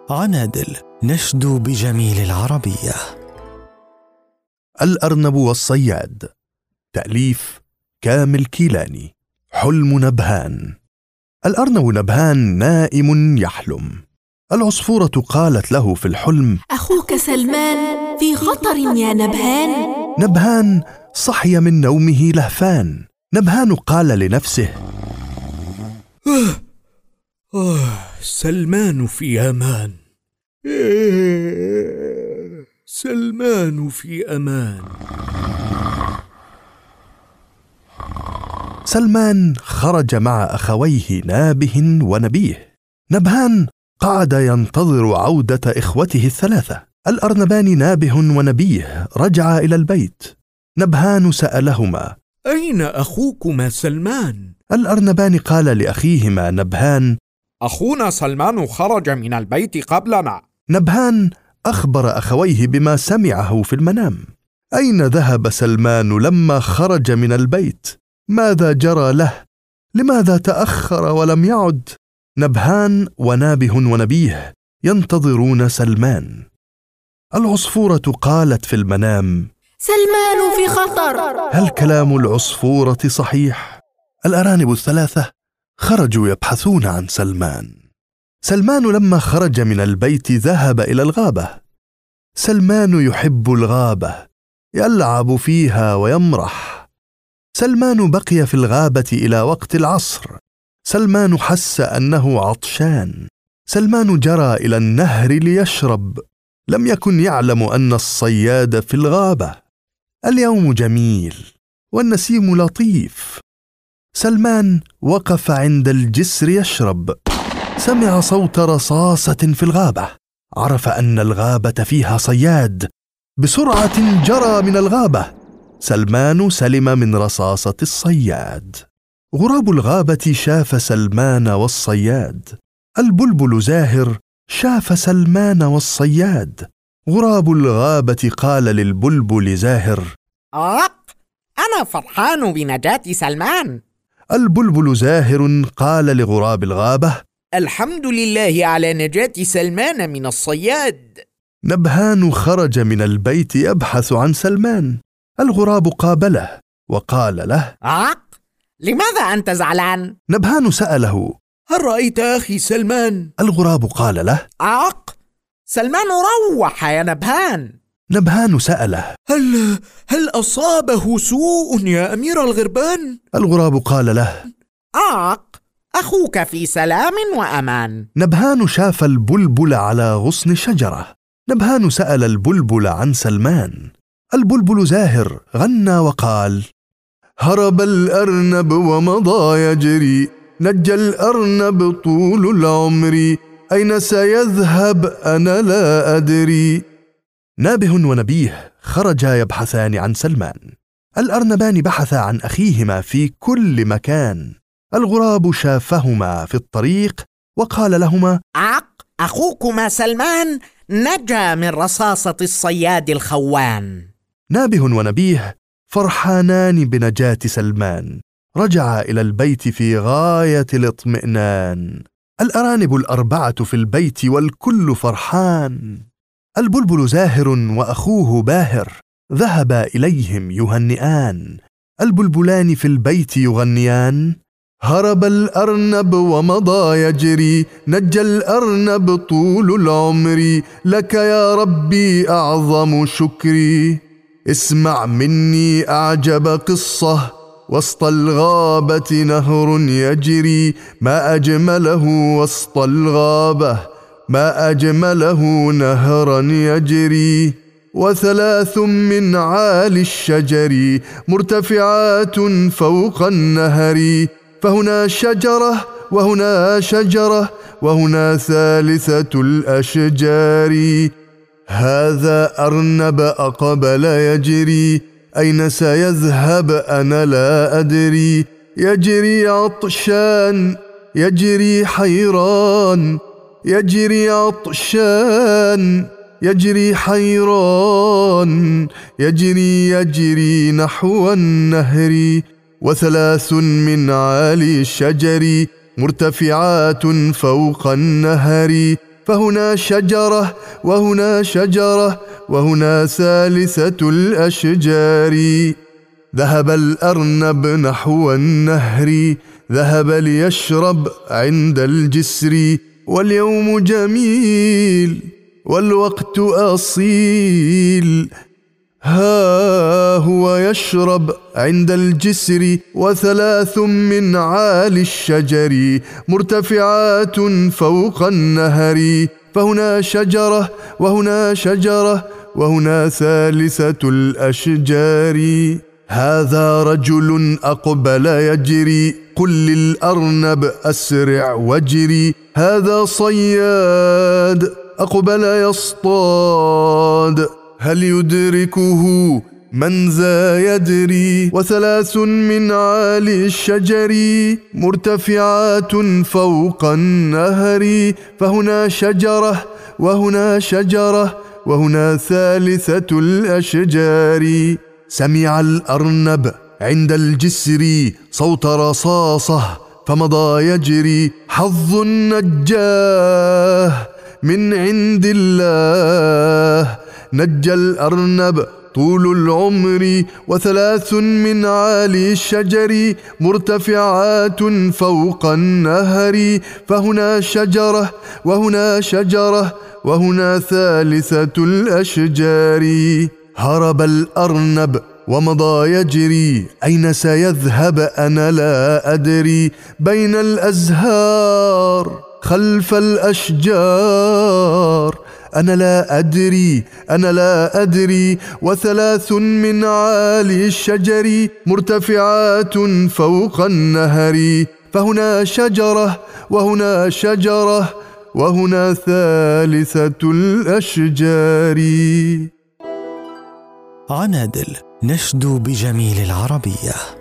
عنادل نشدو بجميل العربية. الأرنب والصياد، تأليف كامل كيلاني. حلم نبهان. الأرنب نبهان نائم يحلم. العصفورة قالت له في الحلم: أخوك سلمان في خطر يا نبهان. نبهان صحي من نومه لهفان. نبهان قال لنفسه: سلمان في أمان، سلمان في أمان. سلمان خرج مع أخويه نابه ونبيه. نبهان قعد ينتظر عودة إخوته الثلاثة. الأرنبان نابه ونبيه رجعا إلى البيت. نبهان سألهما: أين أخوكما سلمان؟ الأرنبان قال لأخيهما نبهان: أخونا سلمان خرج من البيت قبلنا. نبهان أخبر أخويه بما سمعه في المنام. أين ذهب سلمان لما خرج من البيت؟ ماذا جرى له؟ لماذا تأخر ولم يعد؟ نبهان ونابه ونبيه ينتظرون سلمان. العصفورة قالت في المنام: سلمان في خطر. هل كلام العصفورة صحيح؟ الأرانب الثلاثة خرجوا يبحثون عن سلمان. سلمان لما خرج من البيت ذهب إلى الغابة. سلمان يحب الغابة، يلعب فيها ويمرح. سلمان بقي في الغابة إلى وقت العصر. سلمان حس أنه عطشان. سلمان جرى إلى النهر ليشرب. لم يكن يعلم أن الصياد في الغابة. اليوم جميل والنسيم لطيف. سلمان وقف عند الجسر يشرب. سمع صوت رصاصة في الغابة. عرف أن الغابة فيها صياد. بسرعة جرى من الغابة. سلمان سلم من رصاصة الصياد. غراب الغابة شاف سلمان والصياد. البلبل زاهر شاف سلمان والصياد. غراب الغابة قال للبلبل زاهر: أنا فرحان بنجاة سلمان. البلبل زاهر قال لغراب الغابة: الحمد لله على نجاة سلمان من الصياد. نبهان خرج من البيت يبحث عن سلمان. الغراب قابله وقال له: لماذا أنت زعلان؟ نبهان سأله: هل رأيت أخي سلمان؟ الغراب قال له: سلمان روح يا نبهان. نبهان سأله: هل أصابه سوء يا أمير الغربان؟ الغراب قال له: أخوك في سلام وأمان. نبهان شاف البلبل على غصن شجرة. نبهان سأل البلبل عن سلمان. البلبل زاهر غنى وقال: هرب الأرنب ومضى يجري، نجى الأرنب طول العمر، أين سيذهب أنا لا أدري. نابه ونبيه خرجا يبحثان عن سلمان. الأرنبان بحثا عن أخيهما في كل مكان. الغراب شافهما في الطريق وقال لهما: أخوكما سلمان نجا من رصاصة الصياد الخوان. نابه ونبيه فرحانان بنجاة سلمان. رجعا إلى البيت في غاية الاطمئنان. الأرانب الأربعة في البيت والكل فرحان. البلبل زاهر وأخوه باهر ذهبا إليهم يهنئان. البلبلان في البيت يغنيان: هرب الأرنب ومضى يجري، نجى الأرنب طول العمر، لك يا ربي أعظم شكري. اسمع مني أعجب قصة، وسط الغابة نهر يجري، ما أجمله وسط الغابة، ما أجمله نهرا يجري. وثلاث من عالي الشجر مرتفعات فوق النهر، فهنا شجرة وهنا شجرة وهنا ثالثة الأشجار. هذا أرنب أقبل يجري، أين سيذهب أنا لا أدري. يجري عطشان يجري حيران، يجري عطشان يجري حيران، يجري نحو النهر. وثلاث من عالي الشجر مرتفعات فوق النهر، فهنا شجرة وهنا شجرة وهنا ثالثة الأشجار. ذهب الأرنب نحو النهر، ذهب ليشرب عند الجسر. واليوم جميل والوقت أصيل، ها هو يشرب عند الجسر. وثلاث من عالي الشجر مرتفعات فوق النهر، فهنا شجرة وهنا شجرة وهنا ثالثة الأشجار. هذا رجل أقبل يجري، قل للأرنب أسرع واجري. هذا صياد أقبل يصطاد، هل يدركه من ذا يدري. وثلاث من عالي الشجر مرتفعات فوق النهر، فهنا شجرة وهنا شجرة وهنا ثالثة الأشجار. سمع الأرنب عند الجسر صوت رصاصة فمضى يجري. حظ نجاه من عند الله، نجى الأرنب طول العمر. وثلاث من عالي الشجر مرتفعات فوق النهر، فهنا شجرة وهنا شجرة وهنا ثالثة الأشجار. هرب الأرنب ومضى يجري، أين سيذهب أنا لا أدري. بين الأزهار خلف الأشجار، أنا لا أدري أنا لا أدري. وثلاث من عالي الشجر مرتفعات فوق النهر، فهنا شجرة وهنا شجرة وهنا ثالثة الأشجار. عنادل نشدو بجميل العربية.